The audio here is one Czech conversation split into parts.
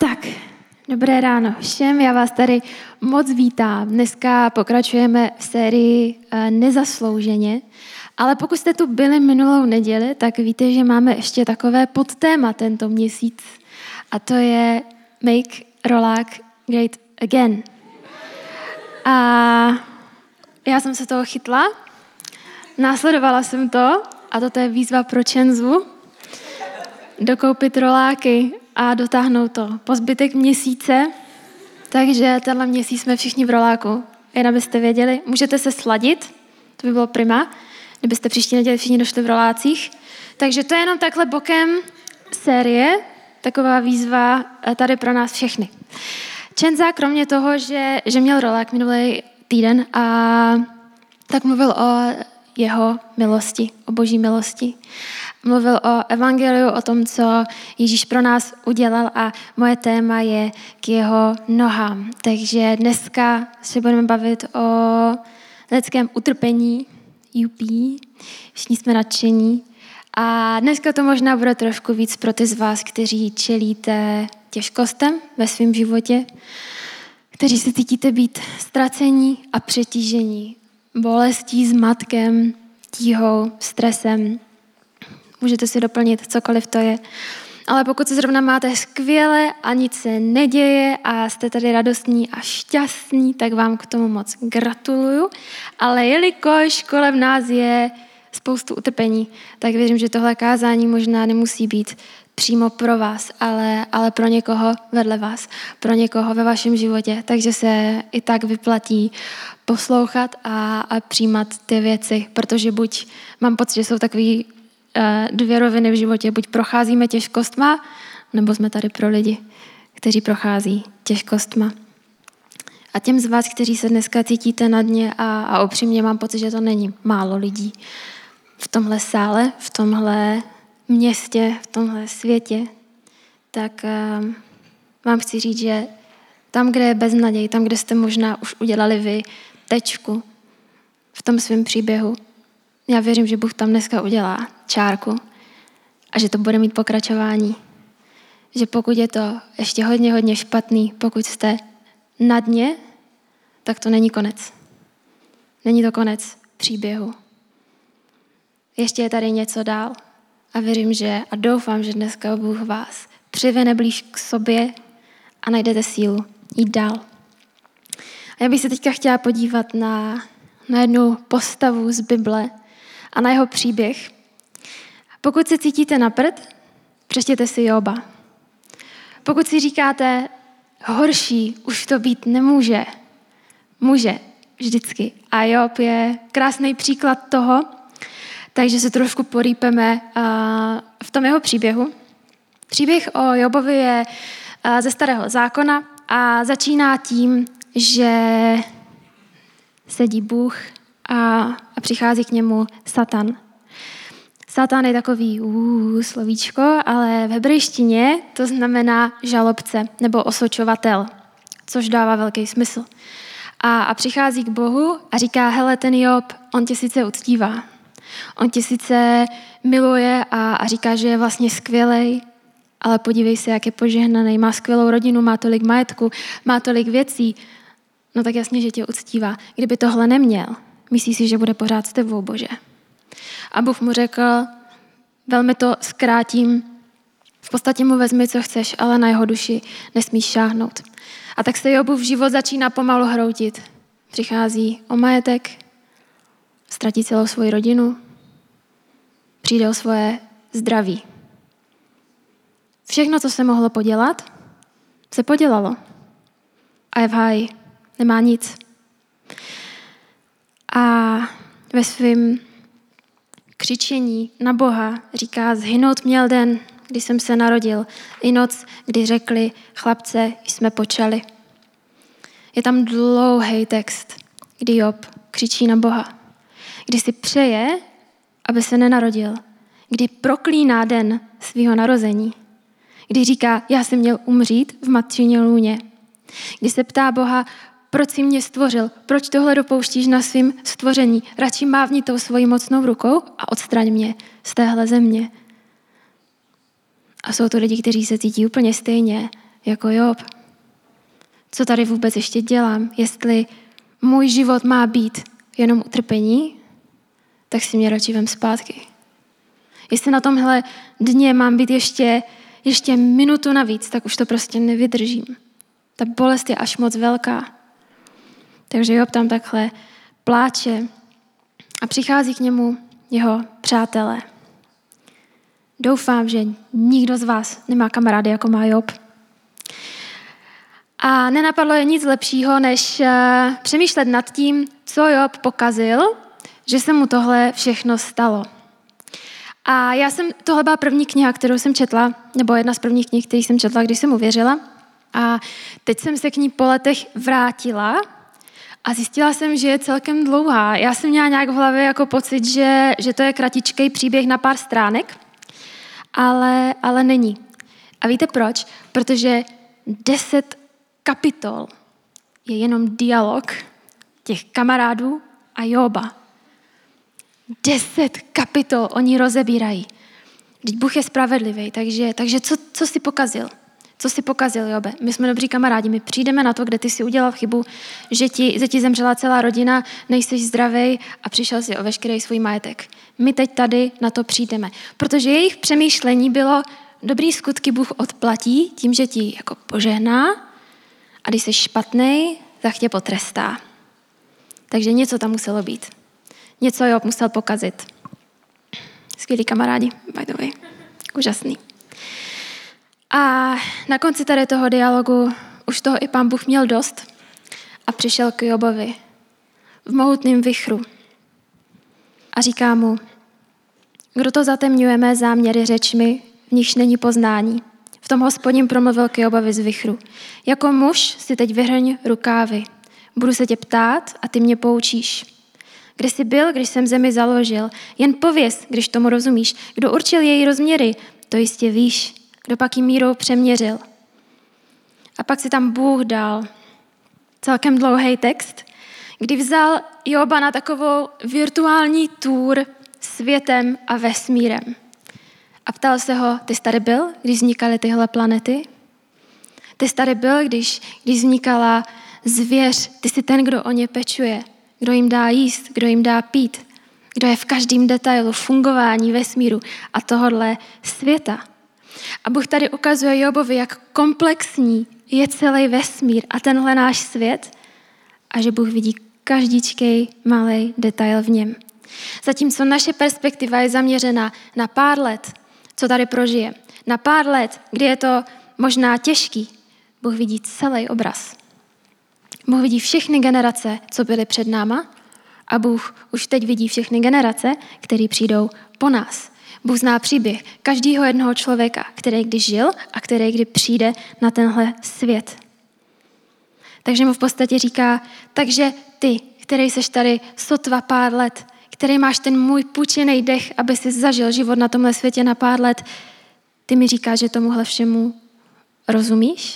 Tak, dobré ráno všem, já vás tady moc vítám. Dneska pokračujeme v sérii Nezaslouženě, ale pokud jste tu byli minulou neděli, tak víte, že máme ještě takové podtéma tento měsíc a to je Make Rolák Great Again. A já jsem se toho chytla, následovala jsem to a toto je výzva pro Čenzu, dokoupit roláky a dotáhnout to po zbytek měsíce. Takže tenhle měsíc jsme všichni v roláku. Jen abyste věděli, můžete se sladit, to by bylo prima, kdybyste příští neděli všichni došli v rolácích. Takže to je jenom takhle bokem série, taková výzva tady pro nás všechny. Čenza, kromě toho, že měl rolák minulý týden, a tak mluvil o jeho milosti, o boží milosti. Mluvil o evangeliu, o tom, co Ježíš pro nás udělal a moje téma je k jeho nohám. Takže dneska se budeme bavit o lidském utrpení, všichni jsme nadšení. A dneska to možná bude trošku víc pro ty z vás, kteří čelíte těžkostem ve svém životě, kteří se cítíte být ztracení a přetížení, bolestí, zmatkem, tíhou, stresem. Můžete si doplnit, cokoliv to je. Ale pokud se zrovna máte skvěle a nic se neděje a jste tady radostní a šťastní, tak vám k tomu moc gratuluju. Ale jelikož kolem nás je spoustu utrpení, tak věřím, že tohle kázání možná nemusí být přímo pro vás, ale pro někoho vedle vás, pro někoho ve vašem životě. Takže se i tak vyplatí poslouchat a přijímat ty věci, protože buď mám pocit, že jsou takový dvě roviny v životě. Buď procházíme těžkostma, nebo jsme tady pro lidi, kteří prochází těžkostma. A těm z vás, kteří se dneska cítíte na dně a upřímně mám pocit, že to není málo lidí v tomhle sále, v tomhle městě, v tomhle světě, tak vám chci říct, že tam, kde je beznaděj, tam, kde jste možná už udělali vy tečku v tom svém příběhu, já věřím, že Bůh tam dneska udělá čárku a že to bude mít pokračování. Že pokud je to ještě hodně, hodně špatný, pokud jste na dně, tak to není konec. Není to konec příběhu. Ještě je tady něco dál a věřím, a doufám, že dneska Bůh vás přivene blíž k sobě a najdete sílu jít dál. A já bych se teďka chtěla podívat na jednu postavu z Bible a na jeho příběh. Pokud se cítíte na prd, přečtěte si Joba. Pokud si říkáte, horší už to být nemůže, může vždycky. A Job je krásný příklad toho, takže se trošku porýpeme v tom jeho příběhu. Příběh o Jobovi je ze Starého zákona a začíná tím, že sedí Bůh a přichází k němu Satan. Satan je takový slovíčko, ale v hebrejštině to znamená žalobce nebo osočovatel, což dává velký smysl. A přichází k Bohu a říká, hele, ten Job, on tě sice uctívá, on tě sice miluje a říká, že je vlastně skvělej, ale podívej se, jak je požehnaný, má skvělou rodinu, má tolik majetku, má tolik věcí, no tak jasně, že tě uctívá. Kdyby tohle neměl, myslí si, že bude pořád s tebou, Bože. A Bůh mu řekl, velmi to zkrátím, v podstatě mu vezmi, co chceš, ale na jeho duši nesmíš šáhnout. A tak se Jobův život začíná pomalu hroutit. Přichází o majetek, ztratí celou svoji rodinu, přijde o svoje zdraví. Všechno, co se mohlo podělat, se podělalo. A je v háji, nemá nic. A ve svém křičení na Boha říká, zhynout měl den, kdy jsem se narodil, i noc, kdy řekli, chlapce, jsme počali. Je tam dlouhý text, kdy Job křičí na Boha, kdy si přeje, aby se nenarodil, kdy proklíná den svého narození, kdy říká, já jsem měl umřít v matčině lůně, kdy se ptá Boha, proč jsi mě stvořil, proč tohle dopouštíš na svým stvoření, radši mávni tou svojí mocnou rukou a odstraň mě z téhle země. A jsou to lidi, kteří se cítí úplně stejně jako Job. Co tady vůbec ještě dělám? Jestli můj život má být jenom utrpení, tak si mě radši vem zpátky. Jestli na tomhle dně mám být ještě minutu navíc, tak už to prostě nevydržím. Ta bolest je až moc velká. Takže Job tam takhle pláče a přichází k němu jeho přátelé. Doufám, že nikdo z vás nemá kamarády, jako má Job. A nenapadlo je nic lepšího, než přemýšlet nad tím, co Job pokazil, že se mu tohle všechno stalo. A tohle byla první kniha, kterou jsem četla, nebo jedna z prvních knih, který jsem četla, když jsem uvěřila. A teď jsem se k ní po letech vrátila a zjistila jsem, že je celkem dlouhá. Já jsem měla nějak v hlavě jako pocit, že to je kratičkej příběh na pár stránek, ale není. A víte proč? Protože 10 kapitol je jenom dialog těch kamarádů a Joba. 10 kapitol oni rozebírají. Vždyť Bůh je spravedlivý, takže co jsi pokazil? Co jsi pokazil, Jobe? My jsme dobří kamarádi, my přijdeme na to, kde ty jsi udělal chybu, že ti zemřela celá rodina, nejsi zdravej a přišel si o veškerý svůj majetek. My teď tady na to přijdeme. Protože jejich přemýšlení bylo, dobrý skutky Bůh odplatí tím, že ti jako požehná a když jsi špatnej, tak tě potrestá. Takže něco tam muselo být. Něco Job musel pokazit. Skvělí kamarádi, by the way. Úžasný. A na konci tady toho dialogu už toho i Pán Bůh měl dost a přišel k Jobovi v mohutném vichru a říká mu, kdo to zatemňuje mé záměry řečmi, v nichž není poznání. V tom Hospodin promluvil k Jobovi z vichru. Jako muž si teď vyhrň rukávy. Budu se tě ptát a ty mě poučíš. Kde jsi byl, když jsem zemi založil? Jen pověz, když tomu rozumíš. Kdo určil její rozměry? To jistě víš. Kdo pak jí mírou přeměřil? A pak si tam Bůh dal celkem dlouhý text, kdy vzal Joba na takovou virtuální tour světem a vesmírem. A ptal se ho, ty jsi tady byl, když vznikaly tyhle planety? Ty jsi tady byl, když vznikala zvěř? Ty jsi ten, kdo o ně pečuje, kdo jim dá jíst, kdo jim dá pít, kdo je v každém detailu fungování vesmíru a tohodle světa. A Bůh tady ukazuje Jobovi, jak komplexní je celý vesmír a tenhle náš svět a že Bůh vidí každičkej malej detail v něm. Zatímco naše perspektiva je zaměřena na pár let, co tady prožije. Na pár let, kdy je to možná těžký, Bůh vidí celý obraz. Bůh vidí všechny generace, co byly před náma a Bůh už teď vidí všechny generace, které přijdou po nás. Bůh zná příběh každého jednoho člověka, který kdy žil a který kdy přijde na tenhle svět. Takže mu v podstatě říká, takže ty, který seš tady sotva pár let, který máš ten můj půjčený dech, aby si zažil život na tomhle světě na pár let, ty mi říkáš, že tomuhle všemu rozumíš?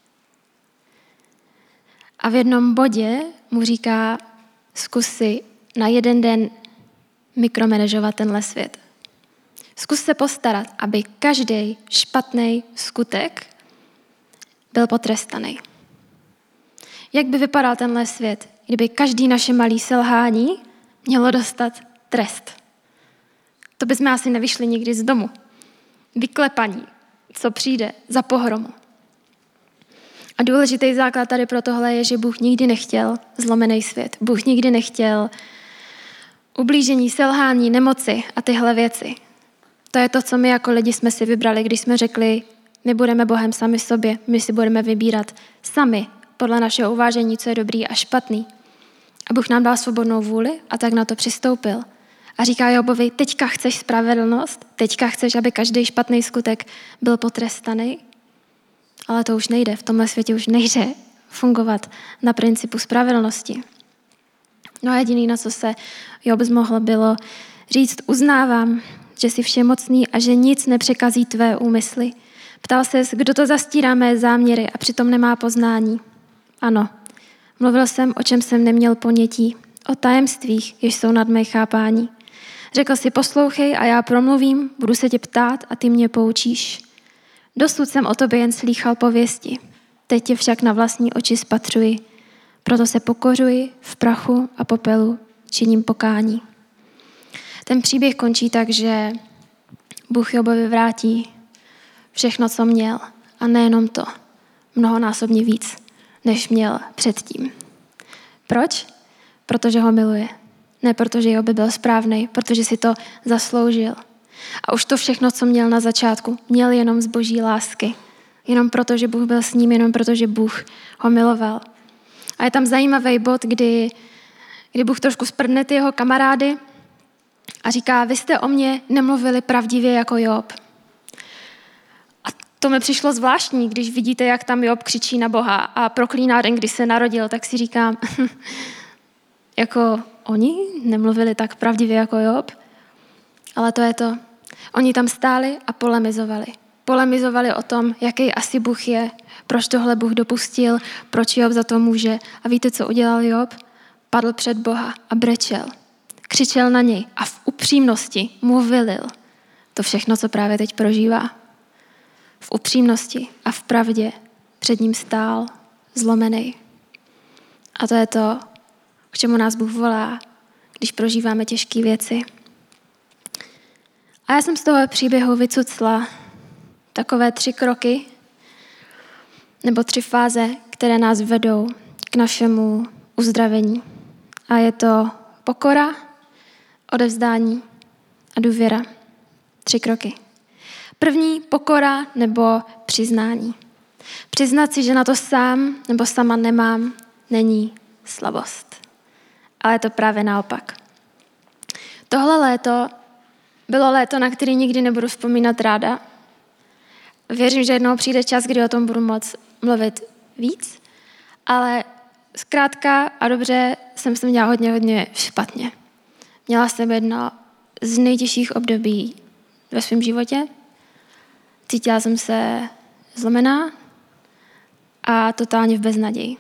A v jednom bodě mu říká, zkus si na jeden den mikromanežovat tenhle svět. Zkus se postarat, aby každý špatný skutek byl potrestaný. Jak by vypadal tenhle svět, kdyby každý naše malé selhání mělo dostat trest? To bychom asi nevyšli nikdy z domu. Vyklepaní, co přijde za pohromu. A důležitý základ tady pro tohle je, že Bůh nikdy nechtěl zlomený svět. Bůh nikdy nechtěl ublížení, selhání, nemoci a tyhle věci. To je to, co my jako lidi jsme si vybrali, když jsme řekli, my budeme Bohem sami sobě, my si budeme vybírat sami podle našeho uvážení, co je dobrý a špatný. A Bůh nám dal svobodnou vůli a tak na to přistoupil. A říká Jobovi, teďka chceš spravedlnost, teďka chceš, aby každý špatný skutek byl potrestaný, ale to už nejde, v tomhle světě už nejde fungovat na principu spravedlnosti. No a jediný, na co se Job zmohl, bylo říct, uznávám, že jsi všemocný a že nic nepřekazí tvé úmysly. Ptal ses, kdo to zastírá mé záměry a přitom nemá poznání. Ano, mluvil jsem, o čem jsem neměl ponětí, o tajemstvích, jež jsou nad mé chápání. Řekl si, poslouchej a já promluvím, budu se tě ptát a ty mě poučíš. Dosud jsem o tobě jen slýchal pověsti, teď tě však na vlastní oči spatřuji, proto se pokořuji v prachu a popelu, činím pokání. Ten příběh končí tak, že Bůh Jobovi vrátí všechno, co měl, a nejenom to, mnohonásobně víc, než měl předtím. Proč? Protože ho miluje. Ne protože Job byl správnej, protože si to zasloužil. A už to všechno, co měl na začátku, měl jenom z boží lásky. Jenom proto, že Bůh byl s ním, jenom proto, že Bůh ho miloval. A je tam zajímavý bod, kdy Bůh trošku sprdne ty jeho kamarády a říká, vy jste o mě nemluvili pravdivě jako Job. A to mi přišlo zvláštní, když vidíte, jak tam Job křičí na Boha a proklíná den, kdy se narodil, tak si říkám, jako oni nemluvili tak pravdivě jako Job, ale to je to. Oni tam stáli a polemizovali. Polemizovali o tom, jaký asi Bůh je, proč tohle Bůh dopustil, proč Job za to může. A víte, co udělal Job? Padl před Boha a brečel. Křičel na něj a v upřímnosti mu vylil to všechno, co právě teď prožívá. V upřímnosti a v pravdě před ním stál zlomený. A to je to, k čemu nás Bůh volá, když prožíváme těžké věci. A já jsem z toho příběhu vycucla takové 3 kroky nebo 3 fáze, které nás vedou k našemu uzdravení. A je to pokora, odevzdání a důvěra. 3 kroky. První, pokora nebo přiznání. Přiznat si, že na to sám nebo sama nemám, není slabost. Ale je to právě naopak. Tohle léto bylo léto, na který nikdy nebudu vzpomínat ráda. Věřím, že jednou přijde čas, kdy o tom budu moc mluvit víc, ale zkrátka a dobře jsem se měla hodně špatně. Měla jsem jedno z nejtěžších období ve svém životě. Cítila jsem se zlomená a totálně v beznaději.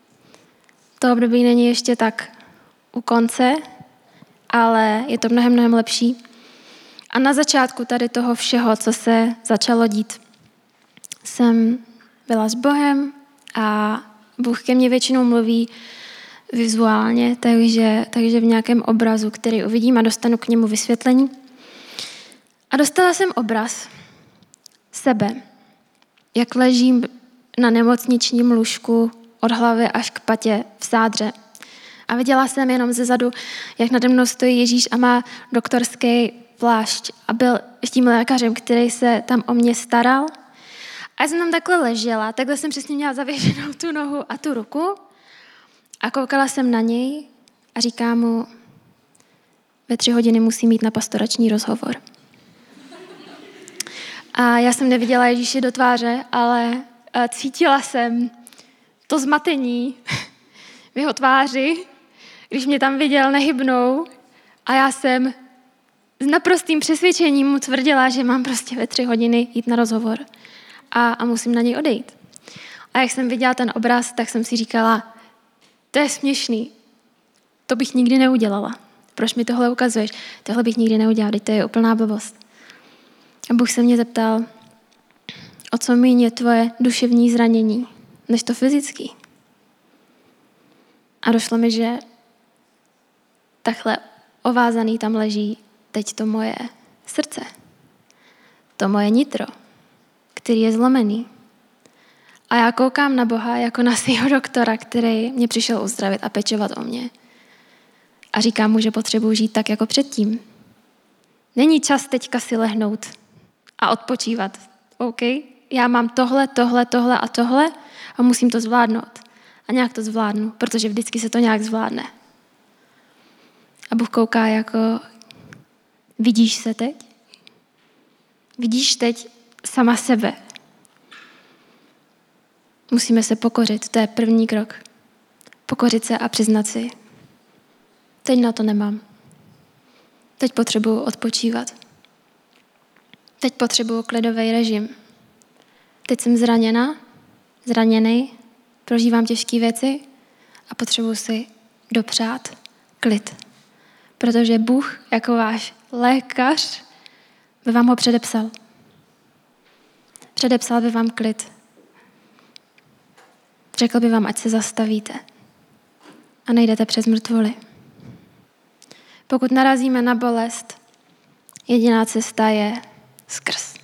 To období není ještě tak u konce, ale je to mnohem lepší. A na začátku tady toho všeho, co se začalo dít, jsem byla s Bohem a Bůh ke mně většinou mluví vizuálně, takže v nějakém obrazu, který uvidím a dostanu k němu vysvětlení. A dostala jsem obraz sebe, jak ležím na nemocničním lůžku od hlavy až k patě v sádře. A viděla jsem jenom zezadu, jak nade mnou stojí Ježíš a má doktorský plášť a byl tím lékařem, který se tam o mě staral. A já jsem tam takhle ležela, takhle jsem přesně měla zavěšenou tu nohu a tu ruku a koukala jsem na něj a říkám mu, ve 3 hodiny musím mít na pastorační rozhovor. A já jsem neviděla Ježíši do tváře, ale cítila jsem to zmatení v jeho tváři, když mě tam viděl nehybnou a já jsem s naprostým přesvědčením mu tvrdila, že mám prostě ve 3 hodiny jít na rozhovor a musím na něj odejít. A jak jsem viděla ten obraz, tak jsem si říkala, to je směšný, to bych nikdy neudělala. Proč mi tohle ukazuješ? Tohle bych nikdy neudělala, teď to je úplná blbost. A Bůh se mě zeptal, o co míň je tvoje duševní zranění, než to fyzický. A došlo mi, že takhle ovázaný tam leží teď to moje srdce, to moje nitro, který je zlomený. A já koukám na Boha jako na svého doktora, který mě přišel uzdravit a pečovat o mě. A říkám mu, že potřebuji žít tak jako předtím. Není čas teďka si lehnout a odpočívat. OK, já mám tohle a tohle a musím to zvládnout. A nějak to zvládnu, protože vždycky se to nějak zvládne. A Bůh kouká jako, vidíš se teď? Vidíš teď sama sebe? Musíme se pokořit, to je první krok. Pokořit se a přiznat si. Teď na to nemám. Teď potřebuju odpočívat. Teď potřebuju klidový režim. Teď jsem zraněný, prožívám těžké věci a potřebuji si dopřát klid. Protože Bůh jako váš lékař by vám ho předepsal. Předepsal by vám klid. Řekl by vám, ať se zastavíte a nejdete přes mrtvoly. Pokud narazíme na bolest, jediná cesta je skrz.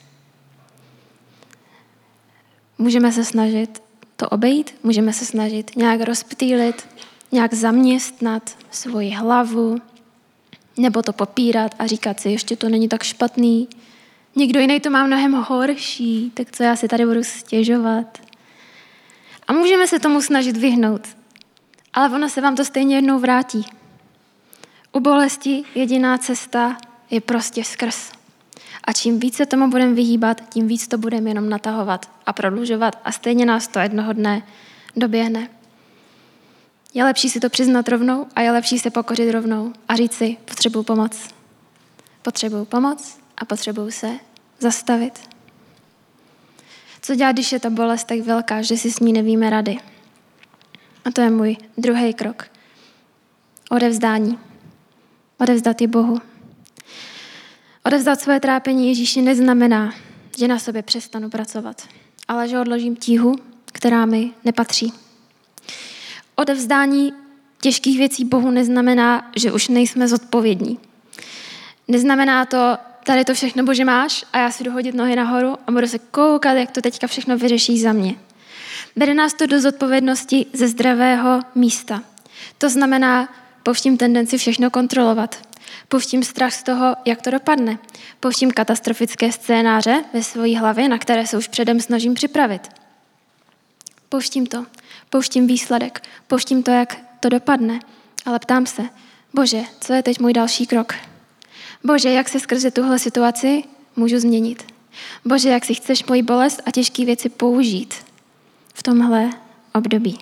Můžeme se snažit to obejít, můžeme se snažit nějak rozptýlit, nějak zaměstnat svoji hlavu, nebo to popírat a říkat si, ještě to není tak špatný. Někdo jiný to má mnohem horší, tak co já si tady budu stěžovat. A můžeme se tomu snažit vyhnout, ale ono se vám to stejně jednou vrátí. U bolesti jediná cesta je prostě skrz. A čím víc se tomu budeme vyhýbat, tím víc to budeme jenom natahovat a prodlužovat a stejně nás to jednoho dne doběhne. Je lepší si to přiznat rovnou a je lepší se pokořit rovnou a říct si, potřebuju pomoc. Potřebuju pomoc a potřebuju se zastavit. Co dělat, když je ta bolest tak velká, že si s ní nevíme rady? A to je můj druhý krok. Odevzdání. Odevzdat ji Bohu. Odevzdat svoje trápení Ježíši neznamená, že na sobě přestanu pracovat, ale že odložím tíhu, která mi nepatří. Odevzdání těžkých věcí Bohu neznamená, že už nejsme zodpovědní. Neznamená to, tady to všechno, Bože, máš a já si jdu hodit nohy nahoru a budu se koukat, jak to teďka všechno vyřešíš za mě. Vede nás to do zodpovědnosti ze zdravého místa. To znamená, pouštím tendenci všechno kontrolovat. Pouštím strach z toho, jak to dopadne. Pouštím katastrofické scénáře ve své hlavě, na které se už předem snažím připravit. Pouštím to. Pouštím výsledek. Pouštím to, jak to dopadne. Ale ptám se, Bože, co je teď můj další krok? Bože, jak se skrze tuhle situaci můžu změnit? Bože, jak si chceš moji bolest a těžké věci použít v tomhle období?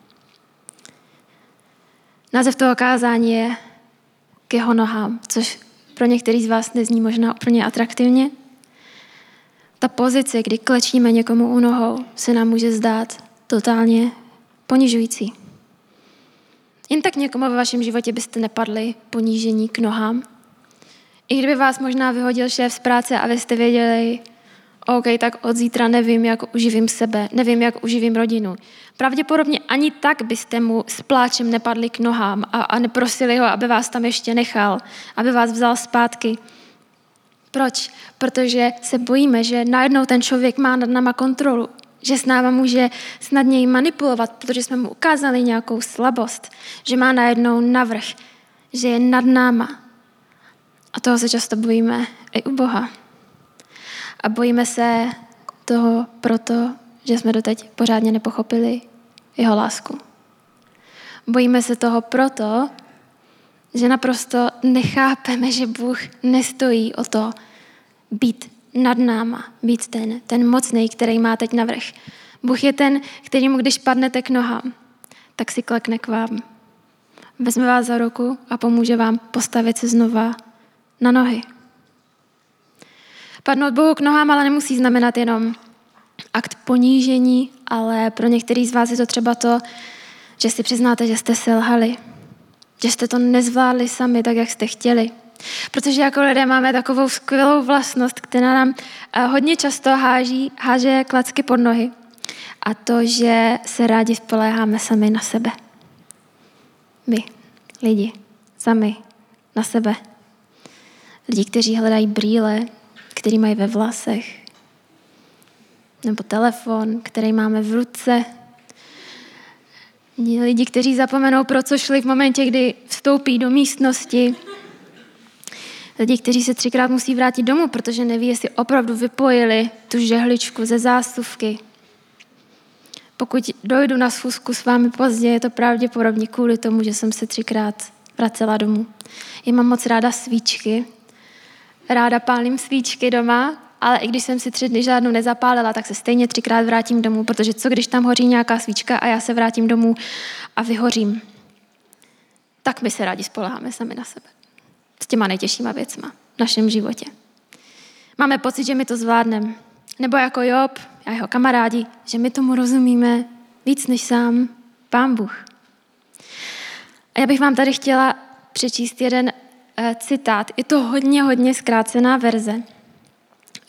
Název toho kázání je K jeho nohám, což pro některý z vás nezní možná úplně atraktivně. Ta pozice, kdy klečíme někomu u nohou, se nám může zdát totálně ponižující. Jen tak někomu ve vašem životě byste nepadli ponížení k nohám. I kdyby vás možná vyhodil šéf z práce a vy jste věděli, OK, tak od zítra nevím, jak uživím sebe, nevím, jak uživím rodinu. Pravděpodobně ani tak byste mu s pláčem nepadli k nohám a neprosili ho, aby vás tam ještě nechal, aby vás vzal zpátky. Proč? Protože se bojíme, že najednou ten člověk má nad náma kontrolu, že s náma může snadněji manipulovat, protože jsme mu ukázali nějakou slabost, že má najednou navrch, že je nad náma. A toho se často bojíme i u Boha. A bojíme se toho proto, že jsme doteď pořádně nepochopili jeho lásku. Bojíme se toho proto, že naprosto nechápeme, že Bůh nestojí o to být nad náma, být ten mocný, který má teď navrch. Bůh je ten, kterýmu, když padnete k nohám, tak si klekne k vám. Vezme vás za ruku a pomůže vám postavit se znova na nohy. Padnout Bohu k nohám ale nemusí znamenat jenom akt ponížení, ale pro některý z vás je to třeba to, že si přiznáte, že jste selhali, že jste to nezvládli sami tak, jak jste chtěli. Protože jako lidé máme takovou skvělou vlastnost, která nám hodně často háže klacky pod nohy. A to, že se rádi spoléháme sami na sebe. My, lidi, sami na sebe. Lidi, kteří hledají brýle, který mají ve vlasech, nebo telefon, který máme v ruce. Lidi, kteří zapomenou, pro co šli v momentě, kdy vstoupí do místnosti. Lidi, kteří se 3krát musí vrátit domů, protože neví, jestli opravdu vypojili tu žehličku ze zásuvky. Pokud dojdu na schůzku s vámi pozdě, je to pravděpodobně kvůli tomu, že jsem se 3krát vracela domů. Já mám moc ráda svíčky. Ráda pálím svíčky doma, ale i když jsem si 3 dny žádnou nezapálila, tak se stejně 3krát vrátím domů, protože co když tam hoří nějaká svíčka a já se vrátím domů a vyhořím. Tak my se rádi spoléháme sami na sebe. S těma nejtěžšíma věcma v našem životě. Máme pocit, že my to zvládneme. Nebo jako Job a jeho kamarádi, že my tomu rozumíme víc než sám Pán Bůh. A já bych vám tady chtěla přečíst jeden citát. Je to hodně zkrácená verze.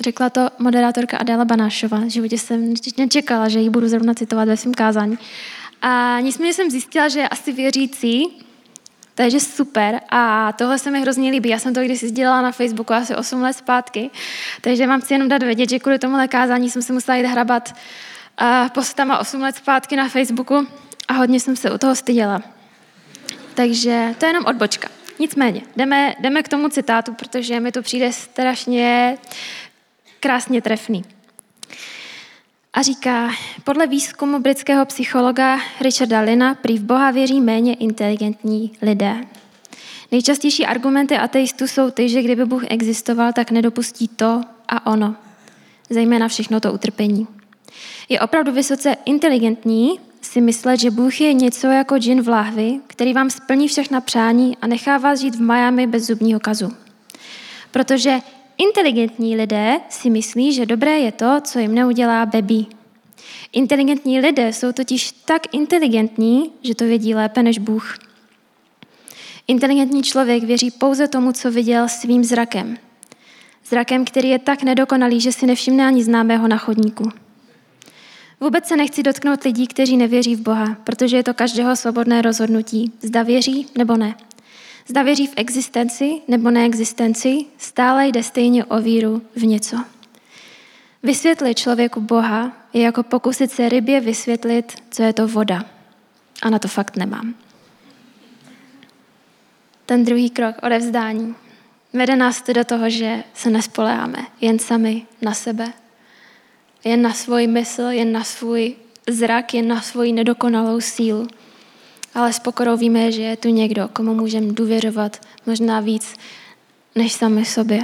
Řekla to moderátorka Adéla Banášová. V životě jsem nečekala, že ji budu zrovna citovat ve svém kázání. A nicméně jsem zjistila, že je asi věřící, takže super. A tohle se mi hrozně líbí. Já jsem to kdysi sdělala na Facebooku asi 8 let zpátky, takže vám chci jenom dát vědět, že kvůli tomuhle kázání jsem se musela jít hrabat postama 8 let zpátky na Facebooku a hodně jsem se u toho styděla. Takže to je jenom odbočka. Nicméně, jdeme k tomu citátu, protože mi to přijde strašně krásně trefný. A říká, podle výzkumu britského psychologa Richarda Lina prý v Boha věří méně inteligentní lidé. Nejčastější argumenty ateistů jsou ty, že kdyby Bůh existoval, tak nedopustí to a ono. Zejména všechno to utrpení. Je opravdu vysoce inteligentní si myslet, že Bůh je něco jako džin v láhvi, který vám splní všechna přání a nechá vás žít v Miami bez zubního kazu. Protože inteligentní lidé si myslí, že dobré je to, co jim neudělá baby. Inteligentní lidé jsou totiž tak inteligentní, že to vědí lépe než Bůh. Inteligentní člověk věří pouze tomu, co viděl svým zrakem. Zrakem, který je tak nedokonalý, že si nevšimne ani známého na chodníku. Vůbec se nechci dotknout lidí, kteří nevěří v Boha, protože je to každého svobodné rozhodnutí, zda věří nebo ne. Zda věří v existenci nebo neexistenci, stále jde stejně o víru v něco. Vysvětlit člověku Boha je jako pokusit se rybě vysvětlit, co je to voda. A na to fakt nemám. Ten druhý krok, odevzdání, vede nás do toho, že se nespoléháme jen sami na sebe, jen na svůj mysl, jen na svůj zrak, jen na svoji nedokonalou sílu. Ale s pokorou víme, že je tu někdo, komu můžeme důvěřovat možná víc než sami sobě.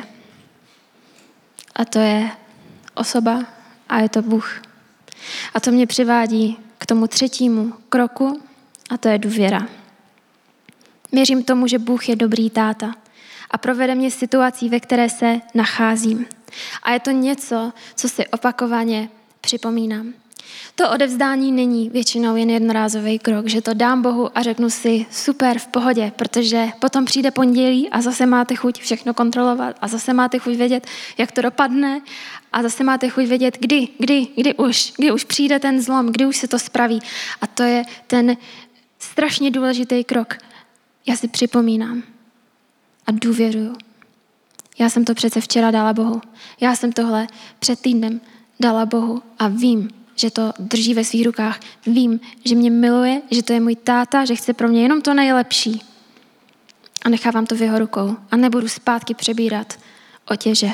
A to je osoba a je to Bůh. A to mě přivádí k tomu třetímu kroku a to je důvěra. Věřím tomu, že Bůh je dobrý táta a provede mě situací, ve které se nacházím. A je to něco, co si opakovaně připomínám. To odevzdání není většinou jen jednorázový krok, že to dám Bohu a řeknu si super, v pohodě, protože potom přijde pondělí a zase máte chuť všechno kontrolovat a zase máte chuť vědět, jak to dopadne a zase máte chuť vědět, kdy už přijde ten zlom, kdy už se to spraví. A to je ten strašně důležitý krok. Já si připomínám a důvěřuju. Já jsem to přece včera dala Bohu. Já jsem tohle před týdnem dala Bohu a vím, že to drží ve svých rukách. Vím, že mě miluje, že to je můj táta, že chce pro mě jenom to nejlepší. A nechávám to v jeho rukou a nebudu zpátky přebírat otěže.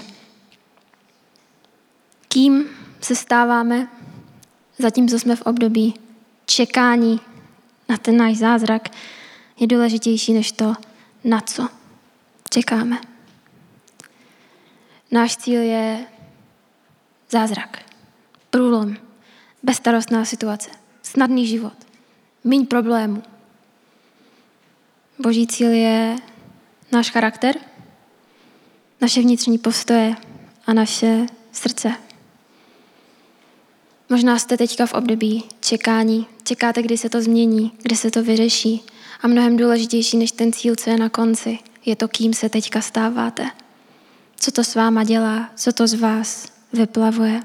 Kým se stáváme, zatímco jsme v období čekání na ten náš zázrak, je důležitější než to, na co čekáme. Náš cíl je zázrak, průlom, bezstarostná situace, snadný život, míň problémů. Boží cíl je náš charakter, naše vnitřní postoje a naše srdce. Možná jste teďka v období čekání, čekáte, kdy se to změní, kdy se to vyřeší. A mnohem důležitější než ten cíl, co je na konci, je to, kým se teďka stáváte. Co to s váma dělá, co to z vás vyplavuje.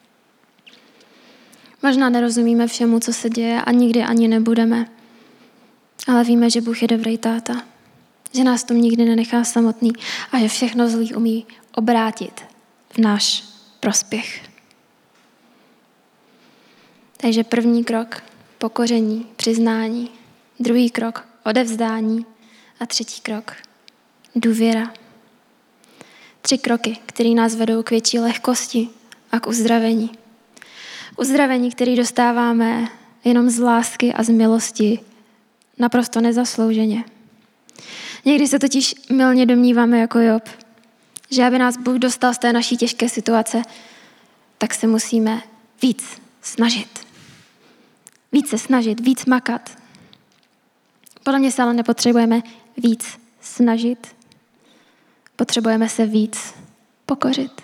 Možná nerozumíme všemu, co se děje a nikdy ani nebudeme. Ale víme, že Bůh je dobrý táta. Že nás tom nikdy nenechá samotný a že všechno zlý umí obrátit v náš prospěch. Takže první krok, pokoření, přiznání. Druhý krok, odevzdání. A třetí krok, důvěra. 3 kroky, které nás vedou k větší lehkosti a k uzdravení. Uzdravení, který dostáváme jenom z lásky a z milosti, naprosto nezaslouženě. Někdy se totiž mylně domníváme jako Job, že aby nás Bůh dostal z té naší těžké situace, tak se musíme víc snažit. Víc se snažit, víc makat. Podle mě se ale nepotřebujeme víc snažit. Potřebujeme se víc pokořit.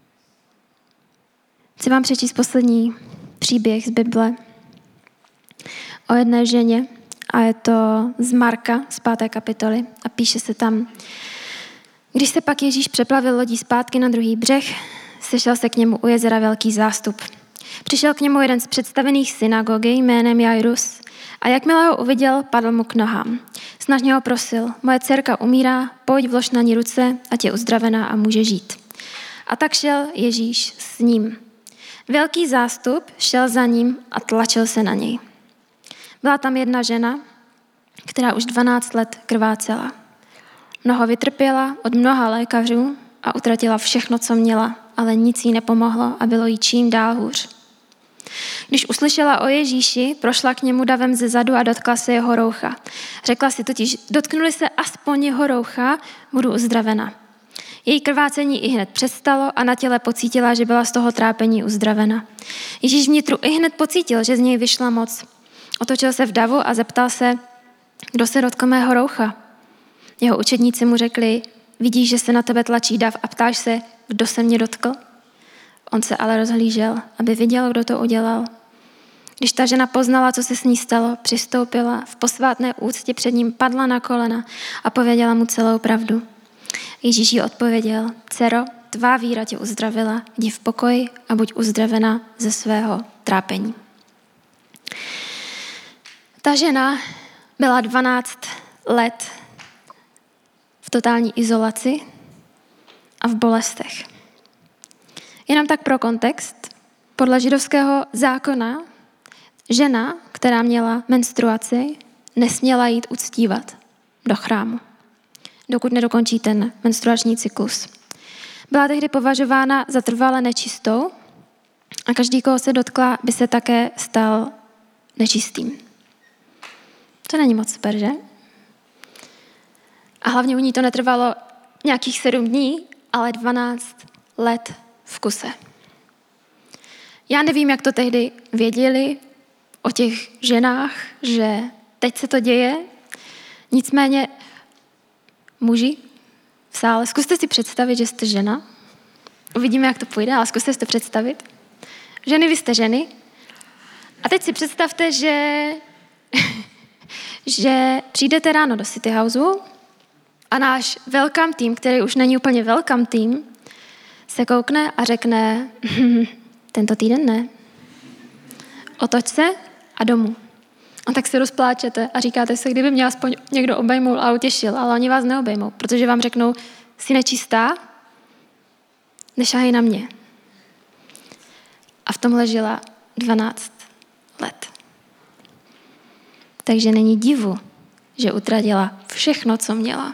Chci vám přečíst poslední příběh z Bible o jedné ženě a je to z Marka z 5. kapitoly a píše se tam: Když se pak Ježíš přeplavil lodí zpátky na druhý břeh, sešel se k němu u jezera velký zástup. Přišel k němu jeden z představených synagogy jménem Jairus a jakmile ho uviděl, padl mu k nohám. Snažně ho prosil, moje dcerka umírá, pojď, vlož na ní ruce, ať je uzdravená a může žít. A tak šel Ježíš s ním. Velký zástup šel za ním a tlačil se na něj. Byla tam jedna žena, která už 12 let krvácela. Mnoho vytrpěla od mnoha lékařů a utratila všechno, co měla, ale nic jí nepomohlo a bylo jí čím dál hůř. Když uslyšela o Ježíši, prošla k němu davem ze zadu a dotkla se jeho roucha. Řekla si totiž, dotknuli se aspoň jeho roucha, budu uzdravena. Její krvácení ihned přestalo a na těle pocítila, že byla z toho trápení uzdravena. Ježíš vnitru ihned pocítil, že z něj vyšla moc. Otočil se v davu a zeptal se, kdo se dotkl mého roucha. Jeho učedníci mu řekli, vidíš, že se na tebe tlačí dav a ptáš se, kdo se mě dotkl? On se ale rozhlížel, aby viděl, kdo to udělal. Když ta žena poznala, co se s ní stalo, přistoupila, v posvátné úctě před ním padla na kolena a pověděla mu celou pravdu. Ježíš jí odpověděl, dcero, tvá víra tě uzdravila, jdi v pokoji a buď uzdravena ze svého trápení. Ta žena byla 12 let v totální izolaci a v bolestech. Jenom tak pro kontext, podle židovského zákona žena, která měla menstruaci, nesměla jít uctívat do chrámu, dokud nedokončí ten menstruační cyklus. Byla tehdy považována za trvale nečistou a každý, koho se dotkla, by se také stal nečistým. To není moc super, že? A hlavně u ní to netrvalo nějakých 7 dní, ale 12 let v kuse. Já nevím, jak to tehdy věděli o těch ženách, že teď se to děje. Nicméně muži v sále, zkuste si představit, že jste žena. Uvidíme, jak to půjde, ale zkuste si to představit. Ženy, vy jste ženy. A teď si představte, že přijdete ráno do City Houseu a náš welcome team, který už není úplně welcome team, se koukne a řekne, tento týden ne. Otoč se a domů. A tak se rozpláčete a říkáte se, kdyby mě aspoň někdo obejmul a utěšil, ale oni vás neobejmou, protože vám řeknou, jsi nečistá, nešahej na mě. A v tomhle žila 12 let. Takže není divu, že utratila všechno, co měla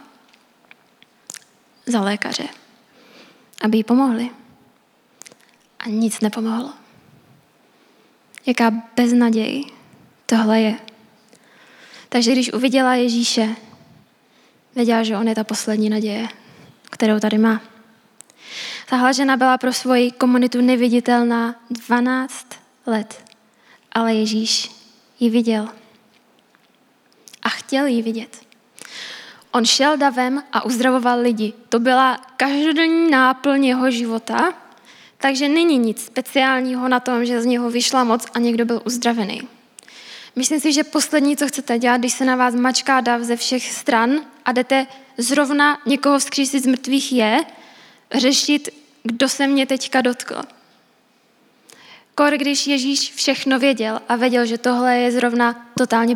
za lékaře, aby jí pomohli. A nic nepomohlo. Jaká beznaděj tohle je. Takže když uviděla Ježíše, věděla, že on je ta poslední naděje, kterou tady má. Tahle žena byla pro svoji komunitu neviditelná 12 let, ale Ježíš ji viděl a chtěl ji vidět. On šel davem a uzdravoval lidi. To byla každodenní náplň jeho života, takže není nic speciálního na tom, že z něho vyšla moc a někdo byl uzdravený. Myslím si, že poslední, co chcete dělat, když se na vás mačká dav ze všech stran a jdete zrovna někoho vzkřísit z mrtvých, je řešit, kdo se mě teďka dotkl. Když Ježíš všechno věděl a věděl, že tohle je zrovna totálně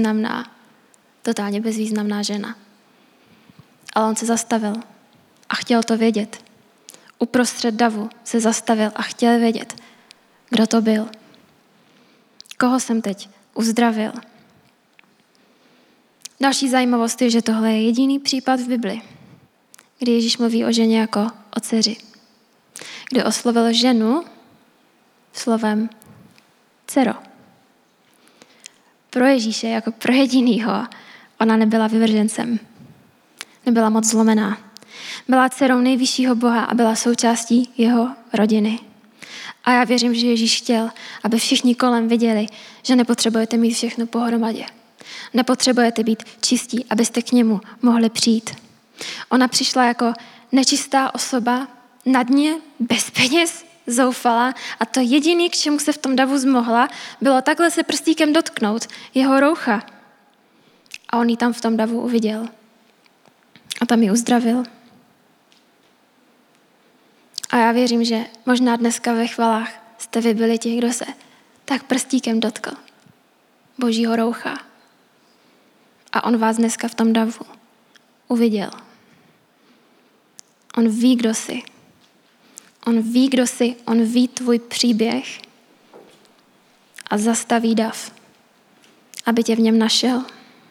bezvýznamná žena. Ale on se zastavil a chtěl to vědět. Uprostřed davu se zastavil a chtěl vědět, kdo to byl. Koho jsem teď uzdravil. Další zajímavost je, že tohle je jediný případ v Bibli, kdy Ježíš mluví o ženě jako o dceři. Kdy oslovil ženu slovem dcero. Pro Ježíše jako pro jedinýho ona nebyla vyvržencem. Nebyla moc zlomená. Byla dcerou nejvyššího Boha a byla součástí jeho rodiny. A já věřím, že Ježíš chtěl, aby všichni kolem viděli, že nepotřebujete mít všechno pohromadě. Nepotřebujete být čistí, abyste k němu mohli přijít. Ona přišla jako nečistá osoba, na dně, bez peněz, zoufala a to jediné, k čemu se v tom davu zmohla, bylo takhle se prstíkem dotknout jeho roucha. A on ji tam v tom davu uviděl. A tam ji uzdravil. A já věřím, že možná dneska ve chvalách jste vy byli ti, kdo se tak prstíkem dotkl Božího roucha. A on vás dneska v tom davu uviděl. On ví, kdo jsi. On ví, kdo jsi. On ví tvůj příběh a zastaví dav, aby tě v něm našel.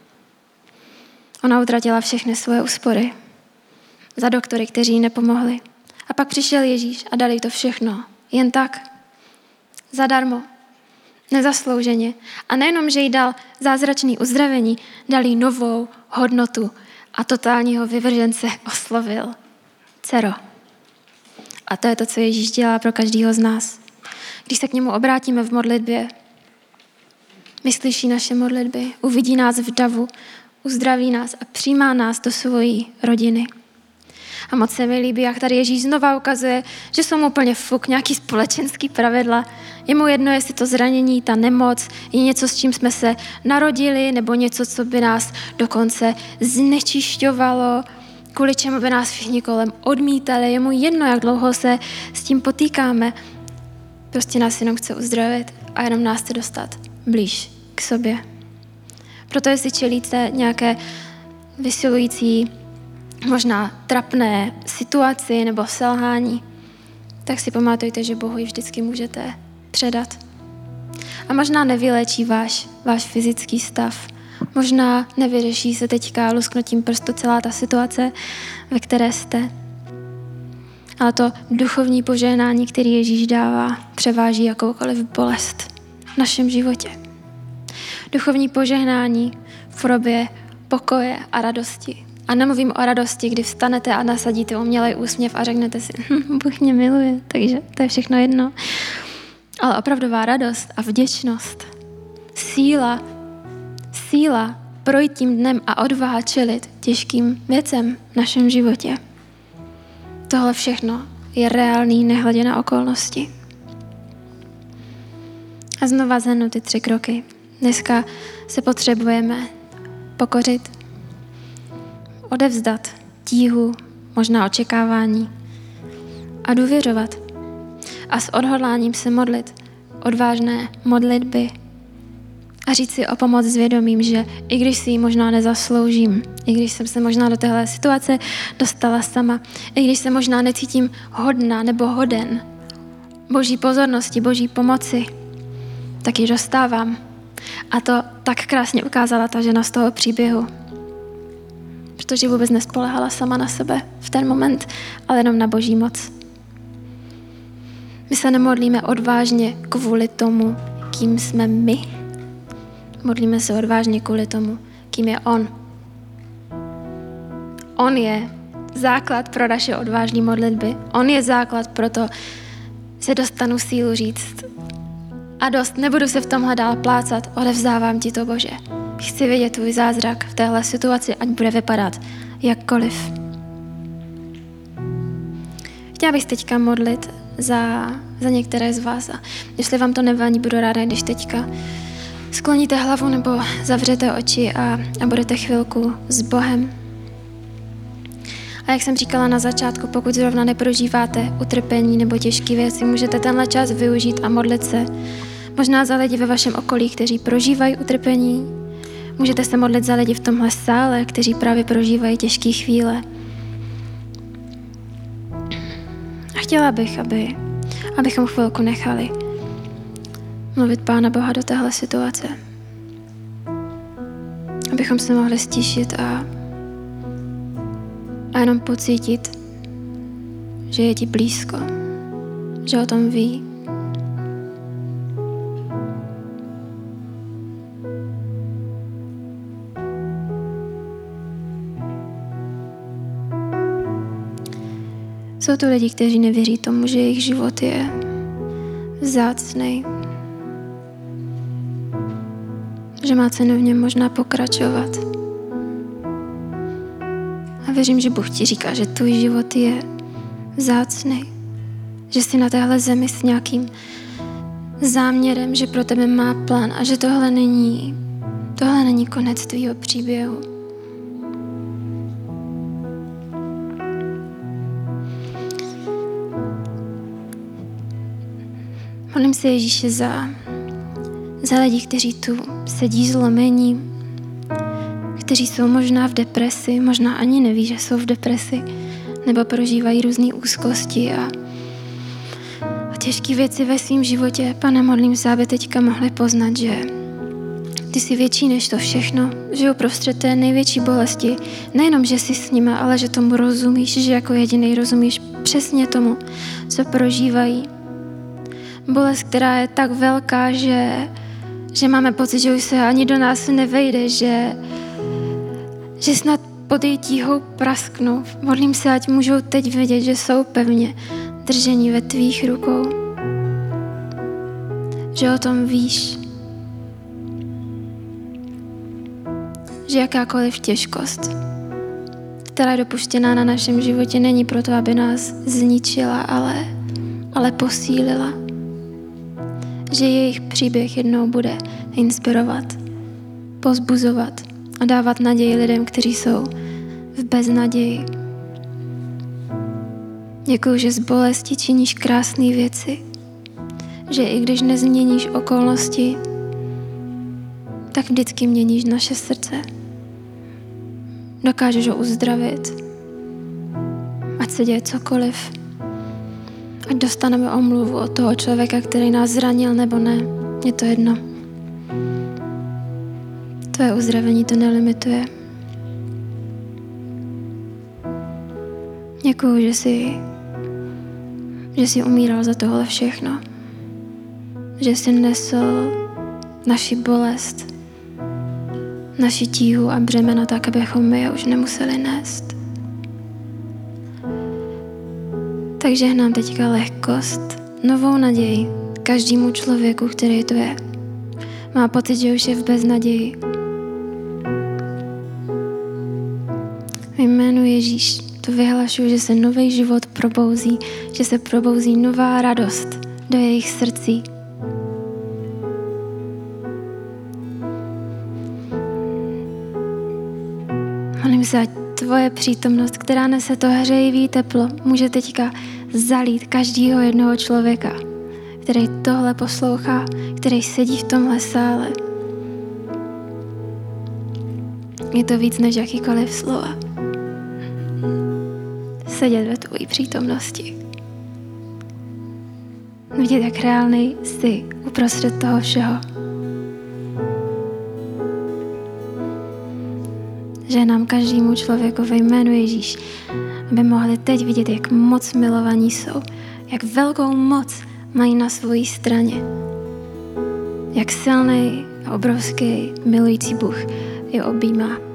Ona utratila všechny svoje úspory za doktory, kteří jí nepomohli. A pak přišel Ježíš a dal jí to všechno. Jen tak. Zadarmo. Nezaslouženě. A nejenom, že jí dal zázračný uzdravení, dal jí novou hodnotu a totálního vyvržence oslovil. Dcero. A to je to, co Ježíš dělá pro každého z nás. Když se k němu obrátíme v modlitbě, vyslyší naše modlitby, uvidí nás v davu, uzdraví nás a přijímá nás do svojí rodiny. A moc se mi líbí, jak tady Ježíš znova ukazuje, že jsou mu úplně fuk, nějaký společenský pravidla. Je mu jedno, jestli to zranění, ta nemoc, je něco, s čím jsme se narodili, nebo něco, co by nás dokonce znečišťovalo, kvůli čemu by nás všichni kolem odmítali. Je mu jedno, jak dlouho se s tím potýkáme. Prostě nás jenom chce uzdravit a jenom nás chce dostat blíž k sobě. Proto jestli čelíte nějaké vysilující, možná trapné situaci nebo selhání, tak si pamatujte, že Bohu ji vždycky můžete předat. A možná nevyléčí váš fyzický stav. Možná nevyřeší se teďka lusknutím prstu celá ta situace, ve které jste. Ale to duchovní požehnání, který Ježíš dává, převáží jakoukoliv bolest v našem životě. Duchovní požehnání v podobě pokoje a radosti. A nemluvím o radosti, kdy vstanete a nasadíte umělej úsměv a řeknete si, Bůh mě miluje, takže to je všechno jedno. Ale opravdová radost a vděčnost, síla projít tím dnem a odvaha čelit těžkým věcem v našem životě. Tohle všechno je reálný, nehledě na okolnosti. A znova zhrnu ty 3 kroky. Dneska se potřebujeme pokořit, odevzdat tíhu, možná očekávání a důvěřovat. A s odhodláním se modlit odvážné modlitby a říct si o pomoc s vědomím, že i když si ji možná nezasloužím, i když jsem se možná do téhle situace dostala sama, i když se možná necítím hodná nebo hoden Boží pozornosti, Boží pomoci, tak ji dostávám. A to tak krásně ukázala ta žena z toho příběhu. Protože vůbec nespoléhala sama na sebe v ten moment, ale jenom na Boží moc. My se nemodlíme odvážně kvůli tomu, kým jsme my. Modlíme se odvážně kvůli tomu, kým je On. On je základ pro naše odvážné modlitby. On je základ pro to, že dostanu sílu říct a dost, nebudu se v tomhle dál plácat, odevzdávám ti to, Bože. Chci vidět tvůj zázrak v téhle situaci, ať bude vypadat jakkoliv. Chtěla bych teďka modlit za některé z vás a jestli vám to nevadí, budu ráda, když teďka skloníte hlavu nebo zavřete oči a budete chvilku s Bohem. A jak jsem říkala na začátku, pokud zrovna neprožíváte utrpení nebo těžké věci, můžete tenhle čas využít a modlit se. Možná za lidi ve vašem okolí, kteří prožívají utrpení. Můžete se modlit za lidi v tomhle sále, kteří právě prožívají těžké chvíle. A chtěla bych, abychom chvilku nechali mluvit Pána Boha do téhle situace. Abychom se mohli stišit a jenom pocítit, že je ti blízko, že o tom ví. Jsou to lidi, kteří nevěří tomu, že jejich život je vzácnej, že má cenu v něm možná pokračovat. A věřím, že Bůh ti říká, že tvůj život je vzácnej, že jsi na téhle zemi s nějakým záměrem, že pro tebe má plán a že tohle není konec tvýho příběhu. Modlím se, Ježíše, za lidi, kteří tu sedí zlomení, kteří jsou možná v depresi, možná ani neví, že jsou v depresi, nebo prožívají různé úzkosti a těžké věci ve svém životě. Pane, modlím se, aby teďka mohli poznat, že ty jsi větší než to všechno, že uprostřed té největší bolesti, nejenom, že jsi s nima, ale že tomu rozumíš, že jako jediný rozumíš přesně tomu, co prožívají. Bolest, která je tak velká, že máme pocit, že už se ani do nás nevejde, že snad pod její tíhou prasknou. Modlím se, ať můžou teď vědět, že jsou pevně držení ve tvých rukou. Že o tom víš. Že jakákoliv těžkost, která je dopuštěná na našem životě, není proto, aby nás zničila, ale posílila. Že jejich příběh jednou bude inspirovat, povzbuzovat a dávat naději lidem, kteří jsou v beznaději. Děkuju, že z bolesti činíš krásné věci, že i když nezměníš okolnosti, tak vždycky měníš naše srdce. Dokážeš ho uzdravit, ať se děje cokoliv, ať dostaneme omluvu od toho člověka, který nás zranil, nebo ne. Je to jedno. Tvoje uzdravení to nelimituje. Děkuju, že jsi umíral za tohle všechno. Že jsi nesl naši bolest, naši tíhu a břemena tak, abychom my je už nemuseli nést. Takže hnám teďka lehkost, novou naději každému člověku, který tu je. Má pocit, že už je v beznaději. V jménu Ježíš to vyhlašuju, že se nový život probouzí, že se probouzí nová radost do jejich srdcí. Modlím se, ať tvoje přítomnost, která nese to hřejivý teplo, může teďka zalít každého jednoho člověka, který tohle poslouchá, který sedí v tomhle sále. Je to víc než jakýkoliv slova. Sedět ve tvojí přítomnosti. Vidět, jak reálný jsi uprostřed toho všeho. Ženám každému člověku ve jménu Ježíš, aby mohli teď vidět, jak moc milovaní jsou, jak velkou moc mají na své straně, jak silný a obrovský milující Bůh je objímá.